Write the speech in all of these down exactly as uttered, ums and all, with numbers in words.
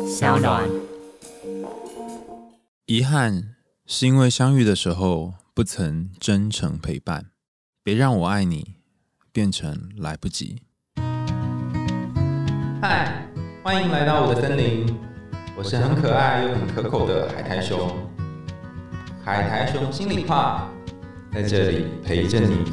小暖。 遗憾是因为相遇的时候不曾真诚陪伴，别让我爱你变成来不及。 嗨，欢迎来到我的森林，我是很可爱又很可口的海苔熊。海苔熊心里话，在这里陪着你。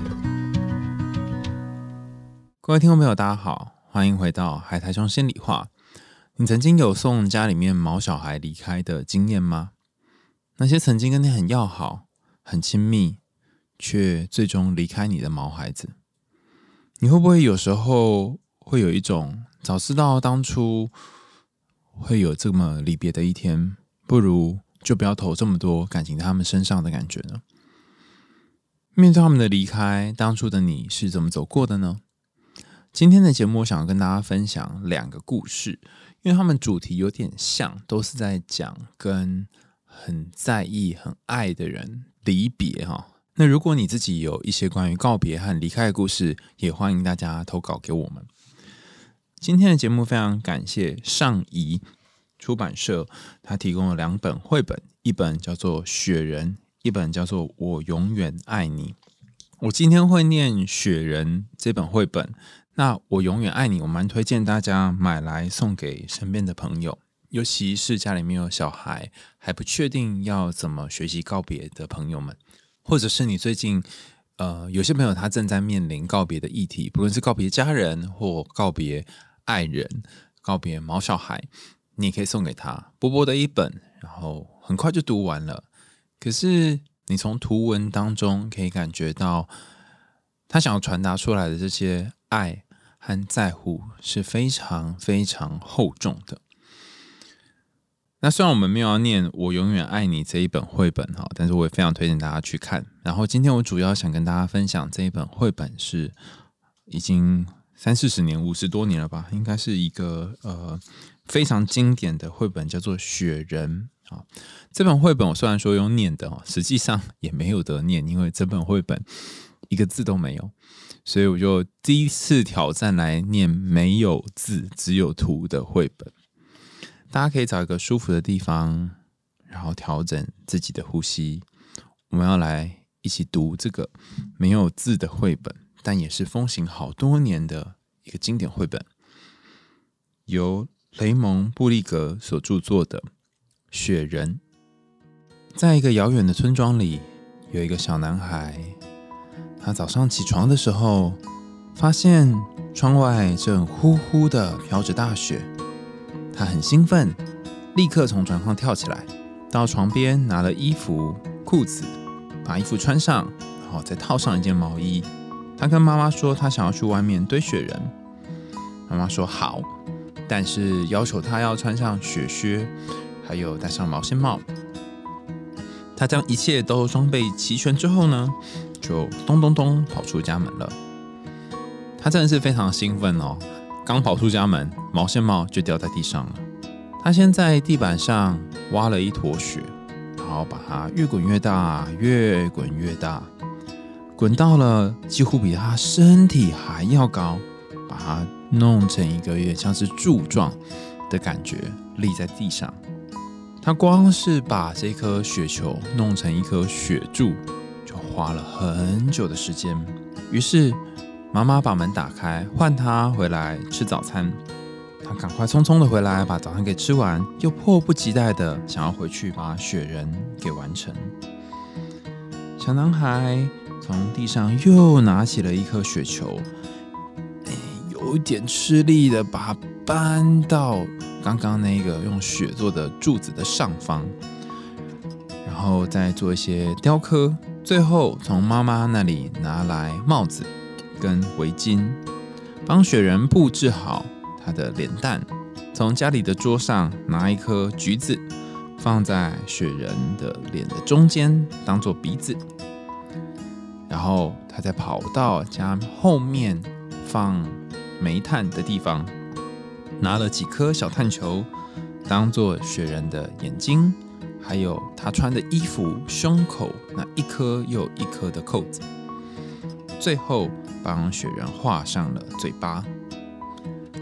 各位听众朋友大家好，欢迎回到海苔熊心里话。你曾经有送家里面毛小孩离开的经验吗？那些曾经跟你很要好很亲密却最终离开你的毛孩子，你会不会有时候会有一种早知道当初会有这么离别的一天，不如就不要投这么多感情在他们身上的感觉呢？面对他们的离开，当初的你是怎么走过的呢？今天的节目我想跟大家分享两个故事，因为他们主题有点像，都是在讲跟很在意很爱的人离别。那如果你自己有一些关于告别和离开的故事，也欢迎大家投稿给我们。今天的节目非常感谢上仪出版社，他提供了两本绘本，一本叫做《雪人》，一本叫做《我永远爱你》。我今天会念《雪人》这本绘本，那我永远爱你，我蛮推荐大家买来送给身边的朋友，尤其是家里面有小孩还不确定要怎么学习告别的朋友们，或者是你最近呃有些朋友他正在面临告别的议题，不论是告别家人或告别爱人，告别毛小孩，你也可以送给他薄薄的一本，然后很快就读完了，可是你从图文当中可以感觉到他想要传达出来的这些爱和在乎是非常非常厚重的。那虽然我们没有要念我永远爱你这一本绘本，但是我也非常推荐大家去看。然后今天我主要想跟大家分享这一本绘本是已经三四十年五十多年了吧，应该是一个呃非常经典的绘本，叫做《雪人》。这本绘本我虽然说用念的，实际上也没有得念，因为这本绘本一个字都没有，所以我就第一次挑战来念没有字只有图的绘本。大家可以找一个舒服的地方，然后调整自己的呼吸，我们要来一起读这个没有字的绘本，但也是风行好多年的一个经典绘本，由雷蒙·布利格所著作的《雪人》。在一个遥远的村庄里，有一个小男孩，他早上起床的时候，发现窗外正呼呼的飘着大雪。他很兴奋，立刻从床上跳起来，到床边拿了衣服、裤子，把衣服穿上，然后再套上一件毛衣。他跟妈妈说他想要去外面堆雪人，妈妈说好，但是要求他要穿上雪靴，还有戴上毛线帽。他将一切都装备齐全之后呢，就咚咚咚跑出家门了。他真的是非常兴奋哦，刚跑出家门，毛线帽就掉在地上了。他先在地板上挖了一坨雪，然后把它越滚越大，越滚越大，滚到了几乎比他身体还要高，把它弄成一个有点像是柱状的感觉，立在地上。他光是把这颗雪球弄成一颗雪柱，就花了很久的时间。于是妈妈把门打开，唤他回来吃早餐。他赶快匆匆的回来，把早餐给吃完，又迫不及待的想要回去把雪人给完成。小男孩从地上又拿起了一颗雪球，有点吃力的把它搬到刚刚那个用雪做的柱子的上方，然后再做一些雕刻，最后从妈妈那里拿来帽子跟围巾，帮雪人布置好他的脸蛋。从家里的桌上拿一颗橘子，放在雪人的脸的中间当做鼻子，然后他再跑到家后面放煤炭的地方，拿了几颗小炭球当做雪人的眼睛，还有他穿的衣服胸口那一颗又一颗的扣子，最后帮雪人画上了嘴巴。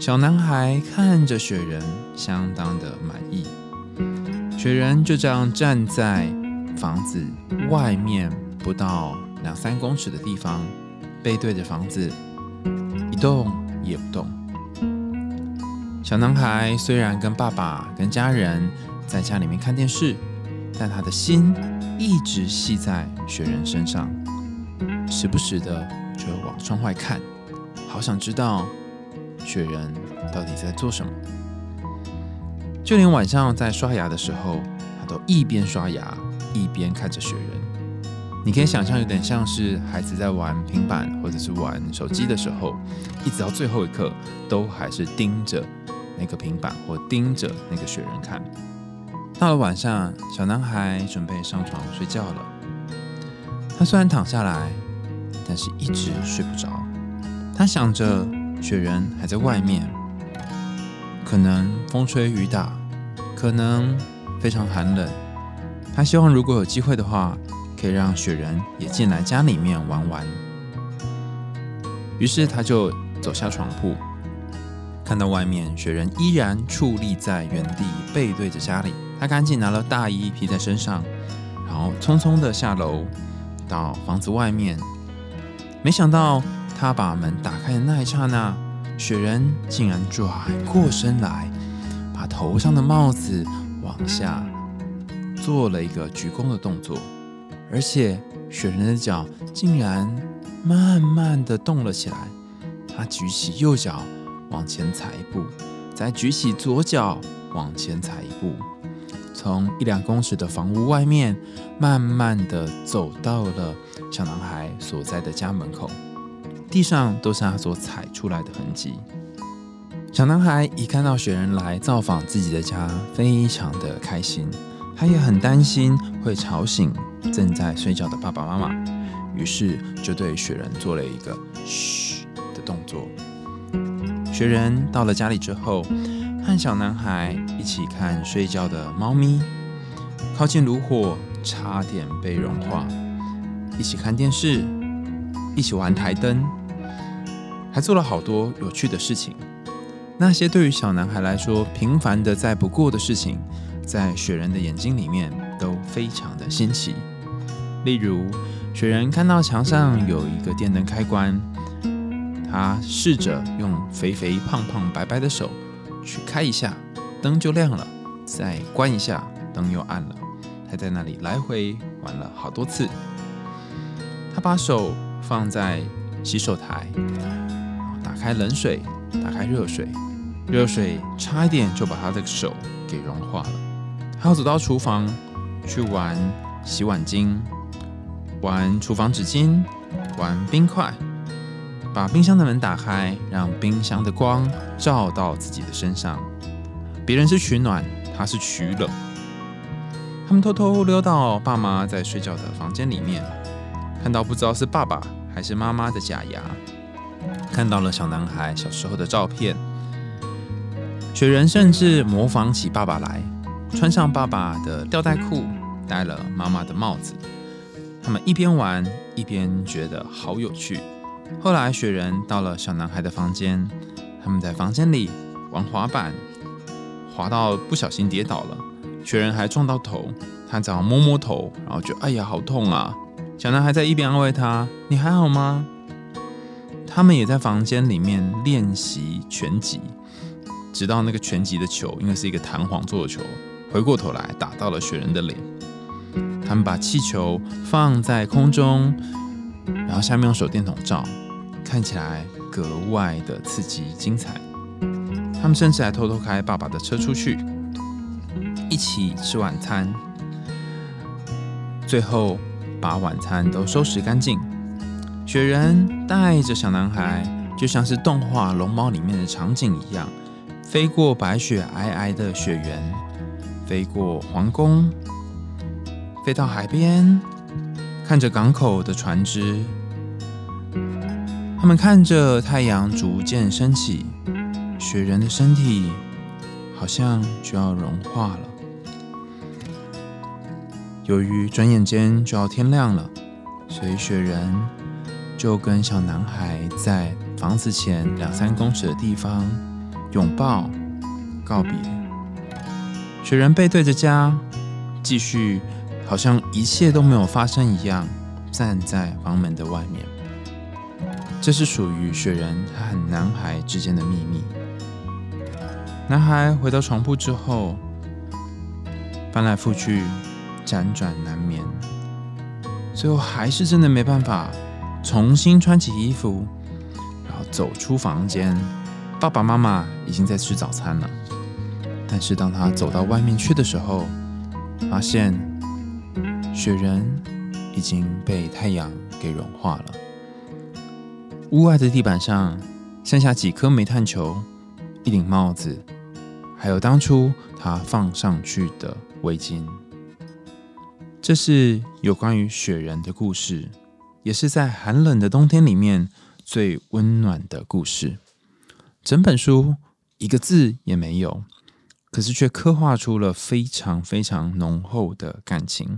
小男孩看着雪人，相当的满意。雪人就这样站在房子外面不到两三公尺的地方，背对着房子，一动也不动。小男孩虽然跟爸爸跟家人在家里面看电视，但他的心一直系在雪人身上，时不时的就往窗外看，好想知道雪人到底在做什么。就连晚上在刷牙的时候，他都一边刷牙一边看着雪人。你可以想象，有点像是孩子在玩平板或者是玩手机的时候，一直到最后一刻都还是盯着那个平板或盯着那个雪人看。到了晚上，小男孩准备上床睡觉了。他虽然躺下来，但是一直睡不着。他想着雪人还在外面，可能风吹雨打，可能非常寒冷。他希望如果有机会的话，可以让雪人也进来家里面玩玩。于是他就走下床铺，看到外面雪人依然矗立在原地，背对着家里。他赶紧拿了大衣披在身上，然后匆匆的下楼到房子外面。没想到他把门打开的那一刹那，雪人竟然转过身来，把头上的帽子往下做了一个鞠躬的动作，而且雪人的脚竟然慢慢的动了起来。他举起右脚往前踩一步，再举起左脚往前踩一步，从一两公尺的房屋外面慢慢的走到了小男孩所在的家门口，地上都是他所踩出来的痕迹。小男孩一看到雪人来造访自己的家，非常的开心，他也很担心会吵醒正在睡觉的爸爸妈妈，于是就对雪人做了一个嘘的动作。雪人到了家里之后，和小男孩一起看睡觉的猫咪，靠近炉火差点被融化，一起看电视，一起玩台灯，还做了好多有趣的事情。那些对于小男孩来说平凡的再不过的事情，在雪人的眼睛里面都非常的新奇。例如，雪人看到墙上有一个电灯开关，他试着用肥肥胖胖白白的手去开一下，灯就亮了，再关一下，灯又暗了。他在那里来回玩了好多次。他把手放在洗手台，打开冷水，打开热水，热水差一点就把他的手给融化了。他要走到厨房去玩洗碗巾，玩厨房纸巾，玩冰块，把冰箱的门打开，让冰箱的光照到自己的身上。别人是取暖，他是取冷。他们偷偷溜到爸妈在睡觉的房间里面，看到不知道是爸爸还是妈妈的假牙，看到了小男孩小时候的照片。雪人甚至模仿起爸爸来，穿上爸爸的吊带裤，戴了妈妈的帽子。他们一边玩一边觉得好有趣。后来雪人到了小男孩的房间，他们在房间里玩滑板，滑到不小心跌倒了，雪人还撞到头，他只好摸摸头，然后就哎呀好痛啊。小男孩在一边安慰他，你还好吗？他们也在房间里面练习拳击，直到那个拳击的球因为是一个弹簧做的球，回过头来打到了雪人的脸。他们把气球放在空中，然后下面用手电筒照，看起来格外的刺激精彩。他们甚至还偷偷开爸爸的车出去，一起吃晚餐，最后把晚餐都收拾干净。雪人带着小男孩，就像是动画《龙猫》里面的场景一样，飞过白雪皑皑的雪原，飞过皇宫，飞到海边，看着港口的船只。他们看着太阳逐渐升起，雪人的身体好像就要融化了。由于转眼间就要天亮了，所以雪人就跟小男孩在房子前两三公尺的地方拥抱、告别。雪人背对着家，继续好像一切都没有发生一样，站在房门的外面。这是属于雪人和男孩之间的秘密。男孩回到床铺之后，翻来覆去，辗转难眠，最后还是真的没办法重新穿起衣服，然后走出房间。爸爸妈妈已经在吃早餐了，但是当他走到外面去的时候，发现雪人已经被太阳给融化了。屋外的地板上剩下几颗煤炭球、一顶帽子，还有当初他放上去的围巾。这是有关于雪人的故事，也是在寒冷的冬天里面最温暖的故事。整本书一个字也没有，可是却刻画出了非常非常浓厚的感情。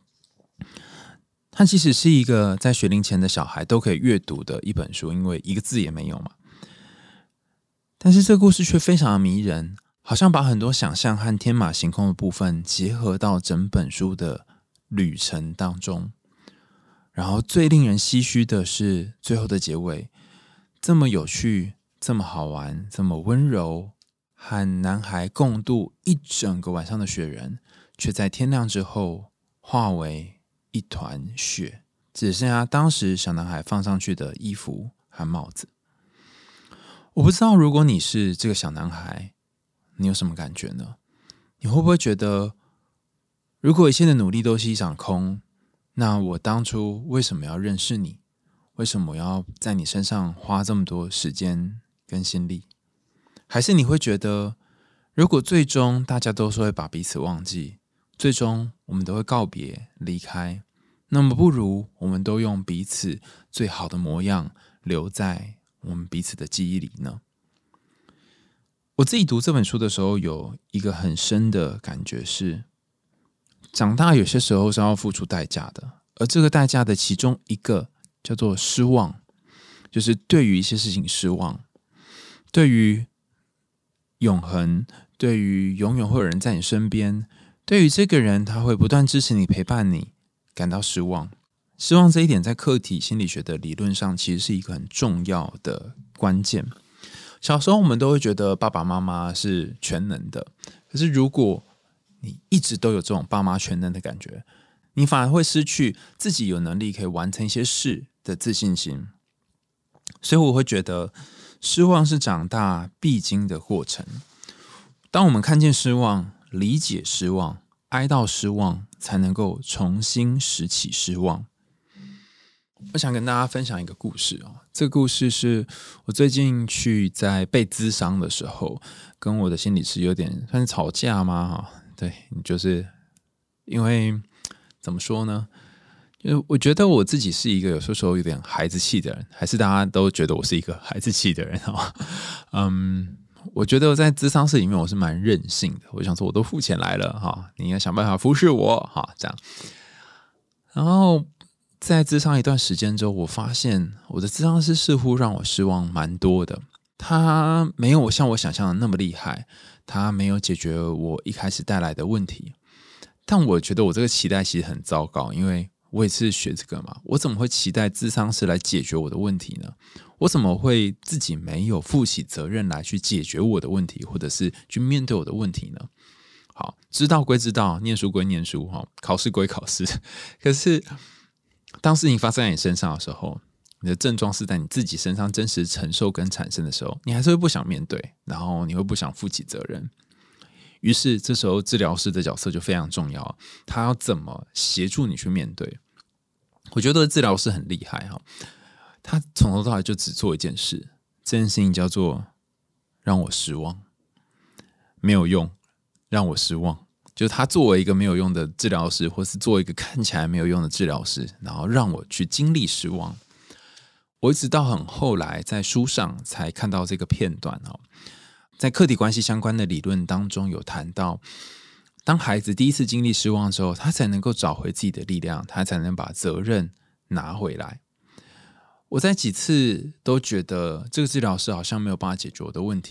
它其实是一个在学龄前的小孩都可以阅读的一本书，因为一个字也没有嘛。但是这个故事却非常的迷人，好像把很多想象和天马行空的部分结合到整本书的旅程当中。然后最令人唏嘘的是最后的结尾，这么有趣，这么好玩，这么温柔，和男孩共度一整个晚上的雪人，却在天亮之后化为一团雪，只剩下当时小男孩放上去的衣服和帽子。我不知道如果你是这个小男孩，你有什么感觉呢？你会不会觉得，如果一切的努力都是一场空，那我当初为什么要认识你？为什么我要在你身上花这么多时间跟心力？还是你会觉得，如果最终大家都是会把彼此忘记，最终我们都会告别离开，那么不如我们都用彼此最好的模样留在我们彼此的记忆里呢？我自己读这本书的时候，有一个很深的感觉是，长大有些时候是要付出代价的，而这个代价的其中一个叫做失望，就是对于一些事情失望，对于永恒，对于永远会有人在你身边，对于这个人他会不断支持你、陪伴你，感到失望。失望这一点在客体心理学的理论上其实是一个很重要的关键。小时候我们都会觉得爸爸妈妈是全能的，可是如果你一直都有这种爸妈全能的感觉，你反而会失去自己有能力可以完成一些事的自信心。所以我会觉得失望是长大必经的过程。当我们看见失望、理解失望、哀悼失望，才能够重新拾起失望。我想跟大家分享一个故事哦。这个故事是我最近去在被諮商的时候，跟我的心理师有点算是吵架吗？对，就是因为怎么说呢？就是我觉得我自己是一个有时候有点孩子气的人，还是大家都觉得我是一个孩子气的人哦？嗯，我觉得在諮商室里面我是蛮任性的。我想说，我都付钱来了哈，你应该想办法服侍我哈，这样。然后在諮商一段时间之后，我发现我的諮商师似乎让我失望蛮多的。他没有像我想象的那么厉害，他没有解决我一开始带来的问题。但我觉得我这个期待其实很糟糕，因为我也是学这个嘛，我怎么会期待諮商师来解决我的问题呢？我怎么会自己没有负起责任来去解决我的问题，或者是去面对我的问题呢？好，知道归知道，念书归念书，考试归考试，可是当事情发生在你身上的时候，你的症状是在你自己身上真实承受跟产生的时候，你还是会不想面对，然后你会不想负起责任。于是这时候治疗师的角色就非常重要，他要怎么协助你去面对。我觉得治疗师很厉害，他从头到尾就只做一件事，这件事情叫做让我失望，没有用，让我失望。就是他作为一个没有用的治疗师，或是作为一个看起来没有用的治疗师，然后让我去经历失望。我一直到很后来在书上才看到这个片段，在客体关系相关的理论当中有谈到，当孩子第一次经历失望之后，他才能够找回自己的力量，他才能把责任拿回来。我在几次都觉得这个治疗师好像没有办法解决我的问题，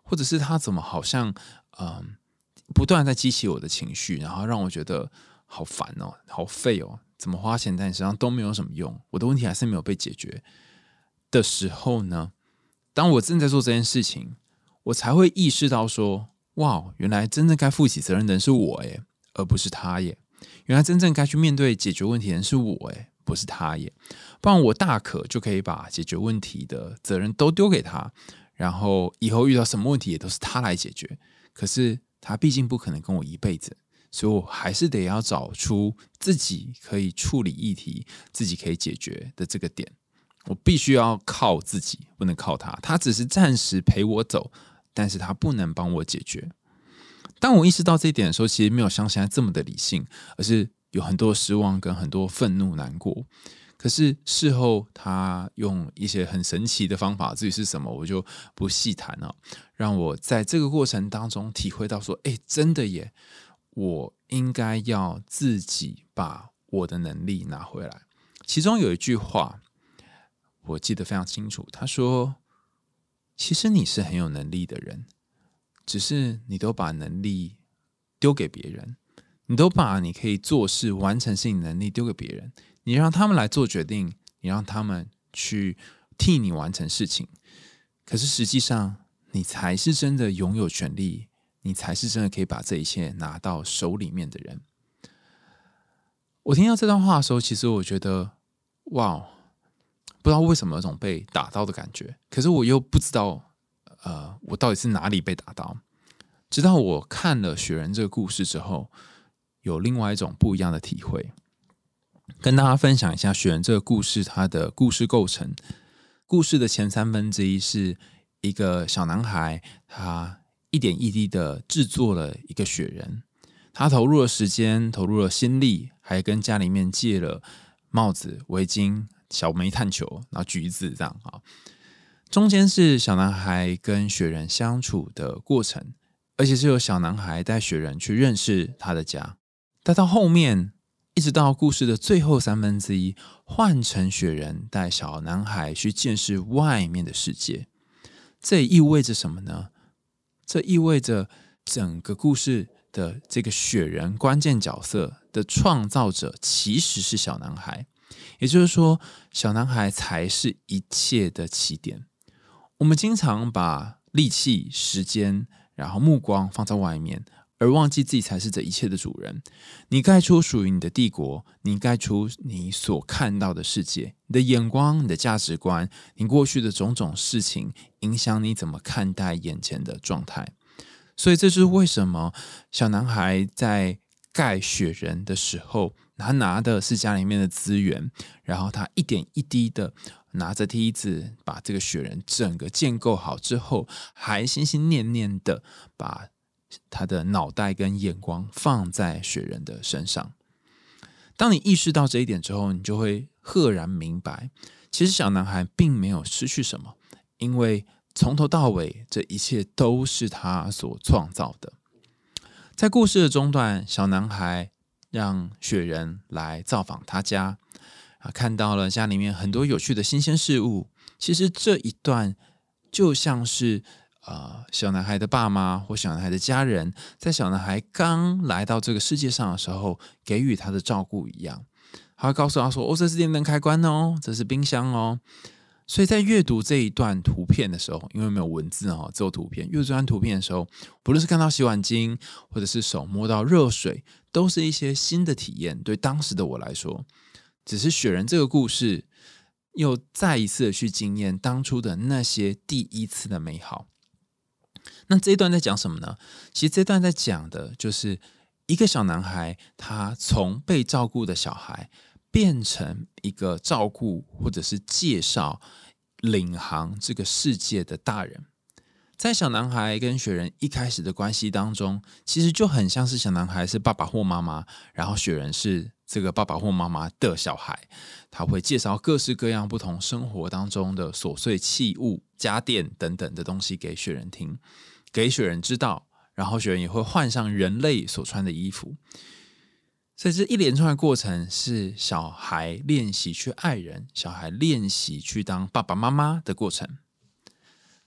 或者是他怎么好像嗯、呃、不断在激起我的情绪，然后让我觉得好烦哦，好废哦，怎么花钱在你身上都没有什么用，我的问题还是没有被解决的时候呢，当我正在做这件事情，我才会意识到说，哇，原来真正该负起责任的人是我耶，而不是他耶。原来真正该去面对解决问题的人是我耶，不是他耶。不然我大可就可以把解决问题的责任都丢给他，然后以后遇到什么问题也都是他来解决。可是他毕竟不可能跟我一辈子，所以我还是得要找出自己可以处理议题、自己可以解决的这个点。我必须要靠自己，不能靠他。他只是暂时陪我走，但是他不能帮我解决。当我意识到这一点的时候，其实没有像现在这么的理性，而是有很多失望跟很多愤怒难过。可是事后他用一些很神奇的方法，至于是什么我就不细谈了，让我在这个过程当中体会到说，哎，真的耶，我应该要自己把我的能力拿回来。其中有一句话我记得非常清楚，他说，其实你是很有能力的人，只是你都把能力丢给别人，你都把你可以做事完成事情的能力丢给别人，你让他们来做决定，你让他们去替你完成事情，可是实际上你才是真的拥有权利，你才是真的可以把这一切拿到手里面的人。我听到这段话的时候，其实我觉得哇，不知道为什么有种被打到的感觉，可是我又不知道呃，我到底是哪里被打到。直到我看了雪人这个故事之后，有另外一种不一样的体会，跟大家分享一下雪人这个故事它的故事构成。故事的前三分之一是一个小男孩，他一点一滴的制作了一个雪人，他投入了时间，投入了心力，还跟家里面借了帽子、围巾、小煤炭球，然后橘子这样啊。中间是小男孩跟雪人相处的过程，而且是由小男孩带雪人去认识他的家。但到后面，一直到故事的最后三分之一，换成雪人带小男孩去见识外面的世界。这也意味着什么呢？这意味着整个故事的这个雪人关键角色的创造者其实是小男孩，也就是说，小男孩才是一切的起点。我们经常把力气、时间，然后目光放在外面，而忘记自己才是这一切的主人。你盖出属于你的帝国，你盖出你所看到的世界，你的眼光、你的价值观，你过去的种种事情，影响你怎么看待眼前的状态。所以这是为什么小男孩在盖雪人的时候，他拿的是家里面的资源，然后他一点一滴的拿着梯子把这个雪人整个建构好之后，还心心念念的把他的脑袋跟眼光放在雪人的身上。当你意识到这一点之后，你就会赫然明白，其实小男孩并没有失去什么，因为从头到尾这一切都是他所创造的。在故事的中段，小男孩让雪人来造访他家，看到了家里面很多有趣的新鲜事物。其实这一段就像是呃，小男孩的爸妈或小男孩的家人，在小男孩刚来到这个世界上的时候给予他的照顾一样。他会告诉他说，哦，这是电灯开关哦，这是冰箱哦。所以在阅读这一段图片的时候，因为没有文字哦，只有图片，阅读这段图片的时候，不论是看到洗碗巾，或者是手摸到热水，都是一些新的体验。对当时的我来说，只是雪人这个故事又再一次的去经验当初的那些第一次的美好。那这一段在讲什么呢？其实这一段在讲的就是一个小男孩，他从被照顾的小孩变成一个照顾或者是介绍领航这个世界的大人。在小男孩跟雪人一开始的关系当中，其实就很像是小男孩是爸爸或妈妈，然后雪人是这个爸爸或妈妈的小孩。他会介绍各式各样不同生活当中的琐碎器物、家电等等的东西给雪人听，给雪人知道，然后雪人也会换上人类所穿的衣服。所以这一连串的过程是小孩练习去爱人，小孩练习去当爸爸妈妈的过程。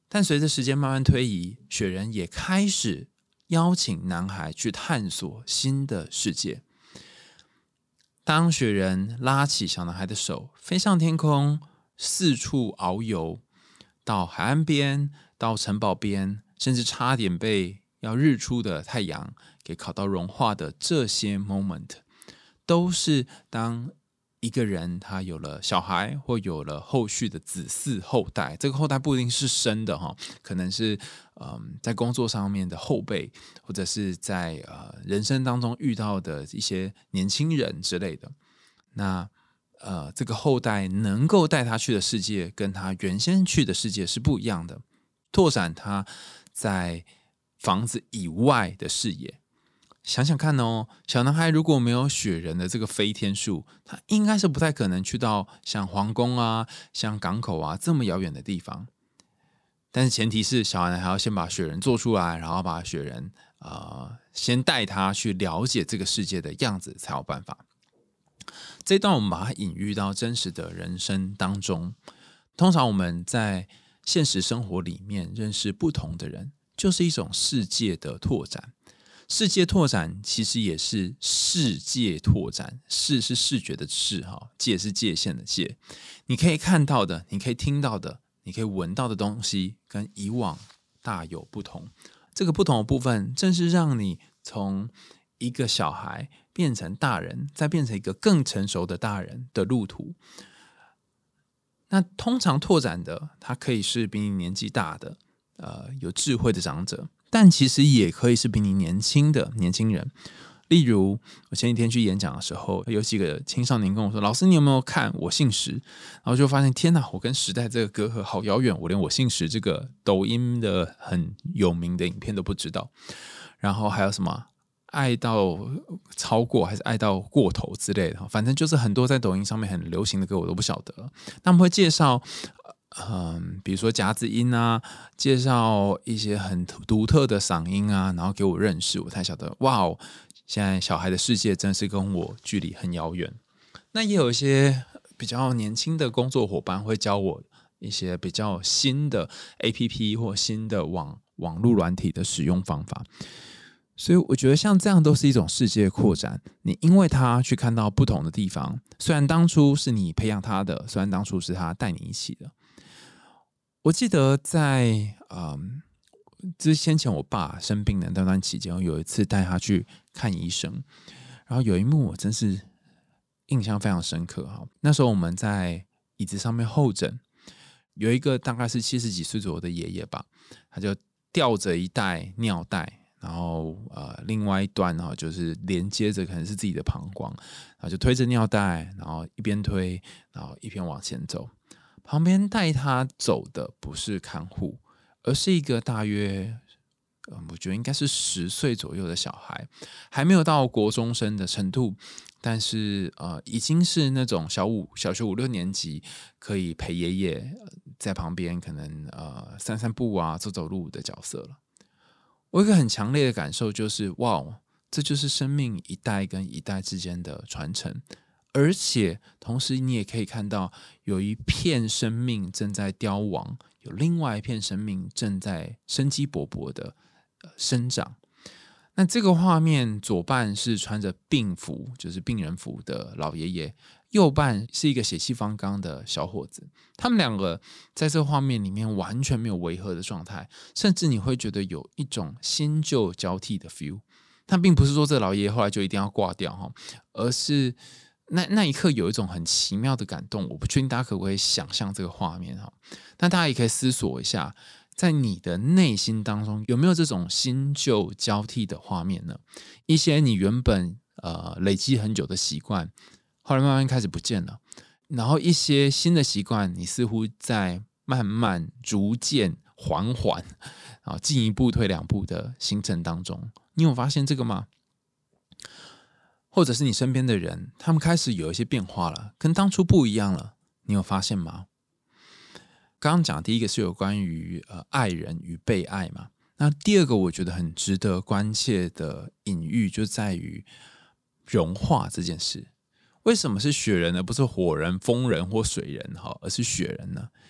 但随着时间慢慢推移，雪人也开始邀请男孩去探索新的世界。当雪人拉起小男孩的手，飞上天空，四处遨游，到海岸边，到城堡边，甚至差点被要日出的太阳给烤到融化的这些 moment， 都是当一个人他有了小孩或有了后续的子嗣后代，这个后代不一定是生的哈，可能是、嗯、在工作上面的后辈，或者是在、呃、人生当中遇到的一些年轻人之类的。那呃，这个后代能够带他去的世界跟他原先去的世界是不一样的，拓展他在房子以外的视野。想想看哦，小男孩如果没有雪人的这个飞天术，他应该是不太可能去到像皇宫啊、像港口啊这么遥远的地方。但是前提是小男孩要先把雪人做出来，然后把雪人、呃、先带他去了解这个世界的样子才有办法。这一段我们把它隐喻到真实的人生当中。通常我们在现实生活里面认识不同的人，就是一种世界的拓展。世界拓展其实也是世界拓展，视是视觉的视，界是界限的界。你可以看到的，你可以听到的，你可以闻到的东西跟以往大有不同。这个不同的部分正是让你从一个小孩变成大人，再变成一个更成熟的大人的路途。那通常拓展的，它可以是比你年纪大的、呃、有智慧的长者，但其实也可以是比你年轻的年轻人。例如我前几天去演讲的时候，有几个青少年跟我说，老师你有没有看我姓石？然后就发现天哪，我跟时代这个隔阂好遥远，我连我姓石这个抖音的很有名的影片都不知道。然后还有什么爱到超过还是爱到过头之类的，反正就是很多在抖音上面很流行的歌我都不晓得。那我们会介绍嗯，比如说夹子音啊，介绍一些很独特的嗓音啊，然后给我认识，我才晓得哇哦，现在小孩的世界真是跟我距离很遥远。那也有一些比较年轻的工作伙伴会教我一些比较新的 A P P 或新的网网络软体的使用方法。所以我觉得像这样都是一种世界扩展，你因为他去看到不同的地方，虽然当初是你培养他的，虽然当初是他带你一起的。我记得在嗯，之先前我爸生病的那段期间，我有一次带他去看医生，然后有一幕我真是印象非常深刻。那时候我们在椅子上面候诊，有一个大概是七十几岁左右的爷爷吧，他就吊着一袋尿袋，然后呃，另外一端呢就是连接着可能是自己的膀胱，然后就推着尿袋，然后一边推，然后一边往前走。旁边带他走的不是看护，而是一个大约、呃、我觉得应该是十岁左右的小孩，还没有到国中生的程度，但是、呃、已经是那种小五小学五六年级可以陪爷爷在旁边可能、呃、散散步啊走走路的角色了。我有一个很强烈的感受就是哇，这就是生命一代跟一代之间的传承。而且同时你也可以看到有一片生命正在凋亡，有另外一片生命正在生机勃勃的、呃、生长。那这个画面左半是穿着病服，就是病人服的老爷爷，右半是一个血气方刚的小伙子。他们两个在这个画面里面完全没有违和的状态，甚至你会觉得有一种新旧交替的 feel。 但并不是说这老爷爷后来就一定要挂掉，而是那, 那一刻有一种很奇妙的感动。我不确定大家可不可以想象这个画面，但大家也可以思索一下，在你的内心当中有没有这种新旧交替的画面呢？一些你原本、呃、累积很久的习惯，后来慢慢开始不见了，然后一些新的习惯你似乎在慢慢逐渐缓缓进一步退两步的行程当中。你有发现这个吗？或者是你身边的人，他们开始有一些变化了，跟当初不一样了，你有发现吗？刚刚讲的第一个是有关于、呃、爱人与被爱嘛，那第二个我觉得很值得关切的隐喻就在于融化这件事。为什么是雪人呢？不是火人、风人或水人，而是雪人呢？因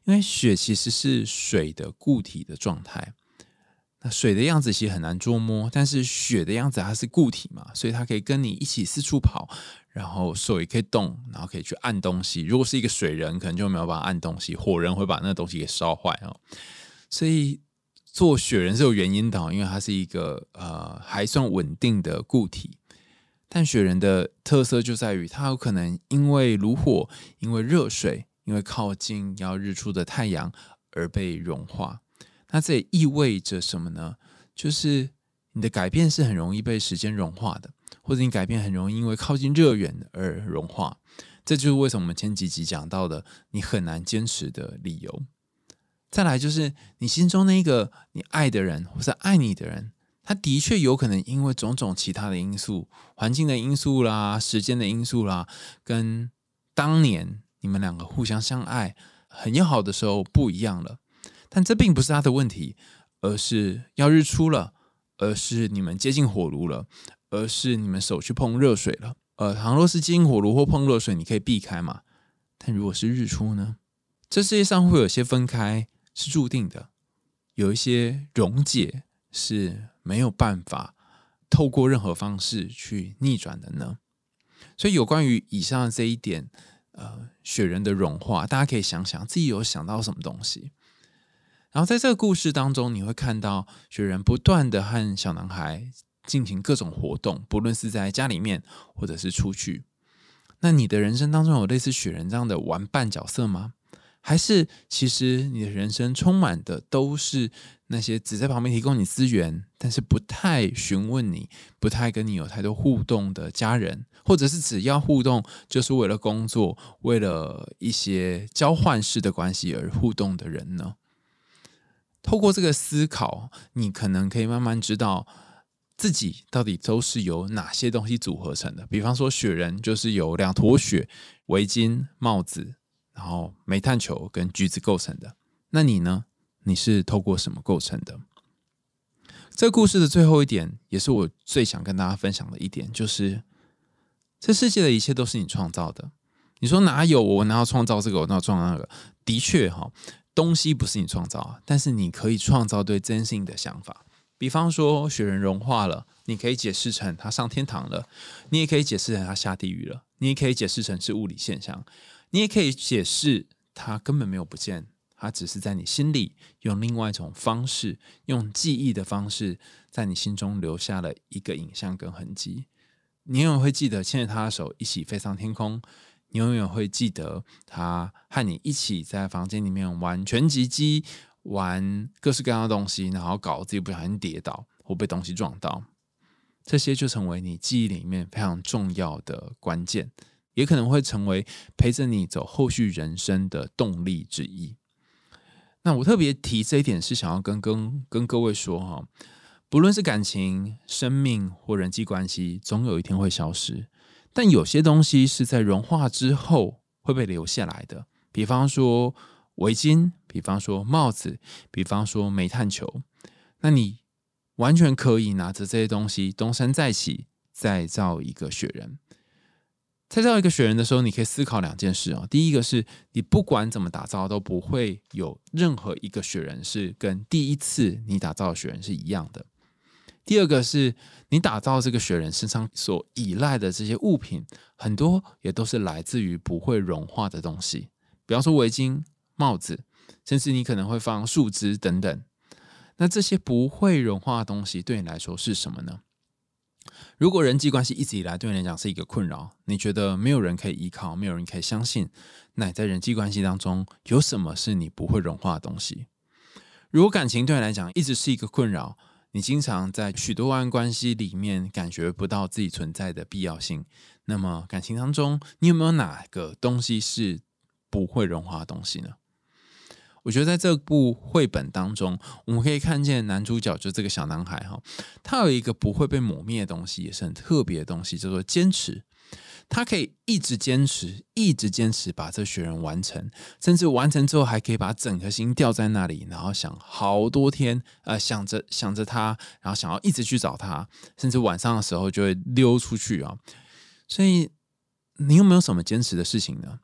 因为雪其实是水的固体的状态。那水的样子其实很难捉摸，但是雪的样子它是固体嘛，所以它可以跟你一起四处跑，然后手也可以动，然后可以去按东西。如果是一个水人，可能就没有办法按东西，火人会把那个东西给烧坏哦。所以做雪人是有原因的，因为它是一个呃还算稳定的固体。但雪人的特色就在于，它有可能因为炉火、因为热水、因为靠近要日出的太阳而被融化。那这也意味着什么呢？就是你的改变是很容易被时间融化的，或者你改变很容易因为靠近热源而融化。这就是为什么我们前几集讲到的你很难坚持的理由。再来就是你心中那个你爱的人或是爱你的人，他的确有可能因为种种其他的因素，环境的因素啦，时间的因素啦，跟当年你们两个互相相爱很要好的时候不一样了。但这并不是他的问题，而是要日出了，而是你们接近火炉了，而是你们手去碰热水了。呃，倘若是接近火炉或碰热水，你可以避开嘛。但如果是日出呢？这世界上会有些分开是注定的，有一些溶解是没有办法透过任何方式去逆转的呢。所以有关于以上的这一点，呃，雪人的融化，大家可以想想自己有想到什么东西。然后在这个故事当中，你会看到雪人不断的和小男孩进行各种活动，不论是在家里面或者是出去。那你的人生当中有类似雪人这样的玩伴角色吗？还是其实你的人生充满的都是那些只在旁边提供你资源，但是不太询问你，不太跟你有太多互动的家人，或者是只要互动就是为了工作，为了一些交换式的关系而互动的人呢？透过这个思考，你可能可以慢慢知道自己到底都是由哪些东西组合成的。比方说雪人就是由两坨雪、围巾、帽子，然后煤炭球跟橘子构成的。那你呢？你是透过什么构成的？这个故事的最后一点，也是我最想跟大家分享的一点，就是这世界的一切都是你创造的。你说哪有我哪有创造这个，我哪有创造那个？的确哈，东西不是你创造，但是你可以创造对这件事情的想法。比方说雪人融化了，你可以解释成他上天堂了，你也可以解释成他下地狱了，你也可以解释成是物理现象，你也可以解释他根本没有不见，他只是在你心里用另外一种方式，用记忆的方式在你心中留下了一个影像跟痕迹。你永远会记得牵着他的手一起飞上天空，你永远会记得他和你一起在房间里面玩拳击机，玩各式各样的东西，然后搞自己不小心跌倒或被东西撞到。这些就成为你记忆里面非常重要的关键，也可能会成为陪着你走后续人生的动力之一。那我特别提这一点是想要跟跟跟各位说哈，不论是感情、生命或人际关系，总有一天会消失。但有些东西是在融化之后会被留下来的，比方说围巾，比方说帽子，比方说煤炭球。那你完全可以拿着这些东西东山再起，再造一个雪人。再造一个雪人的时候，你可以思考两件事哦。第一个是你不管怎么打造，都不会有任何一个雪人是跟第一次你打造的雪人是一样的。第二个是你打造这个雪人身上所依赖的这些物品，很多也都是来自于不会融化的东西，比方说围巾、帽子，甚至你可能会放树枝等等。那这些不会融化的东西对你来说是什么呢？如果人际关系一直以来对你来讲是一个困扰，你觉得没有人可以依靠，没有人可以相信，那你在人际关系当中有什么是你不会融化的东西？如果感情对你来讲一直是一个困扰，你经常在许多段关系里面感觉不到自己存在的必要性，那么感情当中你有没有哪个东西是不会融化的东西呢？我觉得在这部绘本当中，我们可以看见男主角就是这个小男孩，他有一个不会被抹灭的东西，也是很特别的东西，叫做坚持。他可以一直坚持，一直坚持把这雪人完成，甚至完成之后还可以把整颗心吊在那里，然后想好多天，呃，想着想着他，然后想要一直去找他，甚至晚上的时候就会溜出去啊。所以你有没有什么坚持的事情呢？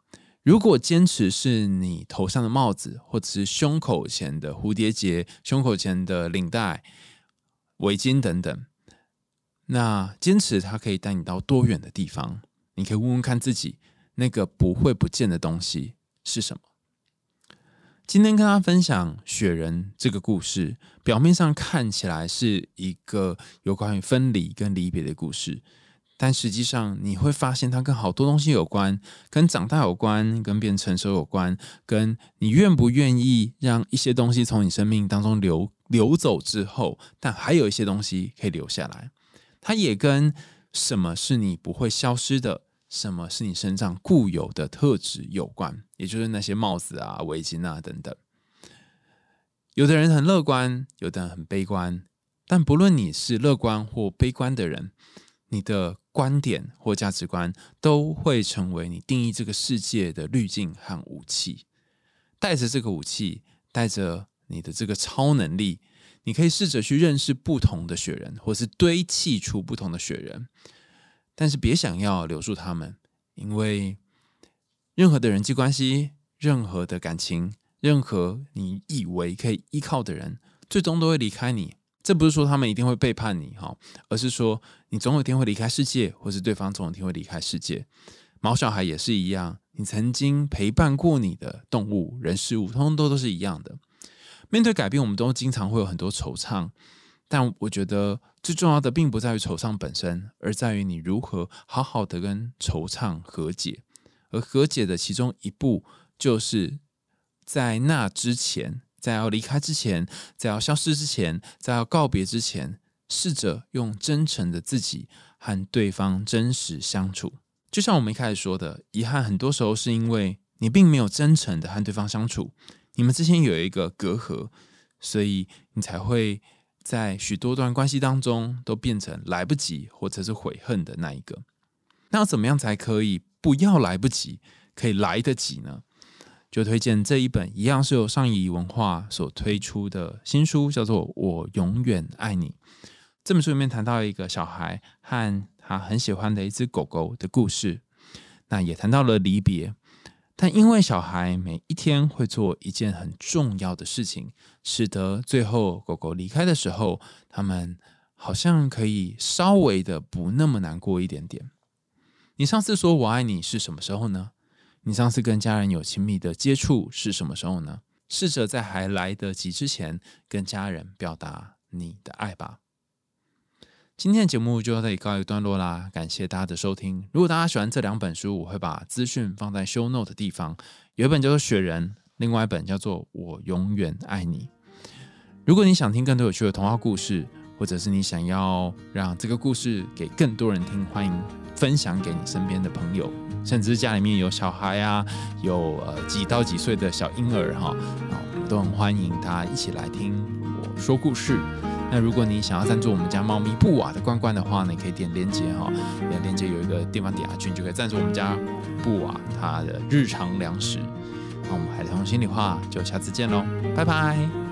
如果坚持是你头上的帽子，或者是胸口前的蝴蝶结、胸口前的领带、围巾等等，那坚持它可以带你到多远的地方？你可以问问看自己，那个不会不见的东西是什么？今天跟大家分享雪人这个故事，表面上看起来是一个有关于分离跟离别的故事，但实际上你会发现它跟好多东西有关，跟长大有关，跟变成熟有关，跟你愿不愿意让一些东西从你生命当中流流走之后，但还有一些东西可以留下来。它也跟什么是你不会消失的，什么是你身上固有的特质有关，也就是那些帽子啊、围巾啊等等。有的人很乐观，有的人很悲观，但不论你是乐观或悲观的人，你的观点或价值观都会成为你定义这个世界的滤镜和武器。带着这个武器，带着你的这个超能力，你可以试着去认识不同的雪人，或是堆砌出不同的雪人，但是别想要留住他们，因为任何的人际关系，任何的感情，任何你以为可以依靠的人，最终都会离开你。这不是说他们一定会背叛你，而是说你总有一天会离开世界，或是对方总有一天会离开世界。毛小孩也是一样，你曾经陪伴过你的动物、人、事物，通通都都是一样的。面对改变，我们都经常会有很多惆怅，但我觉得最重要的并不在于惆怅本身，而在于你如何好好的跟惆怅和解。而和解的其中一步，就是在那之前，在要离开之前，在要消失之前，在要告别之前，试着用真诚的自己和对方真实相处。就像我们一开始说的，遗憾很多时候是因为你并没有真诚的和对方相处，你们之间有一个隔阂，所以你才会在许多段关系当中都变成来不及或者是悔恨的那一个。那要怎么样才可以不要来不及，可以来得及呢？就推荐这一本一样是由上誼文化所推出的新书，叫做《我永远爱你》。这本书里面谈到一个小孩和他很喜欢的一只狗狗的故事，那也谈到了离别。但因为小孩每一天会做一件很重要的事情，使得最后狗狗离开的时候，他们好像可以稍微的不那么难过一点点。你上次说我爱你是什么时候呢？你上次跟家人有亲密的接触是什么时候呢？试着在还来得及之前跟家人表达你的爱吧。今天的节目就到这里告一段落啦，感谢大家的收听。如果大家喜欢这两本书，我会把资讯放在 show note 的地方，有一本叫做《雪人》，另外一本叫做《我永远爱你》。如果你想听更多有趣的童话故事，或者是你想要让这个故事给更多人听，欢迎分享给你身边的朋友，甚至家里面有小孩啊，有呃几到几岁的小婴儿哈，我们都很欢迎大家一起来听我说故事。那如果你想要赞助我们家猫咪布瓦的罐罐的话呢，你可以点连结哈，连结有一个地方点下去，你就可以赞助我们家布瓦它的日常粮食。那我们海苔熊心里话就下次见喽，拜拜。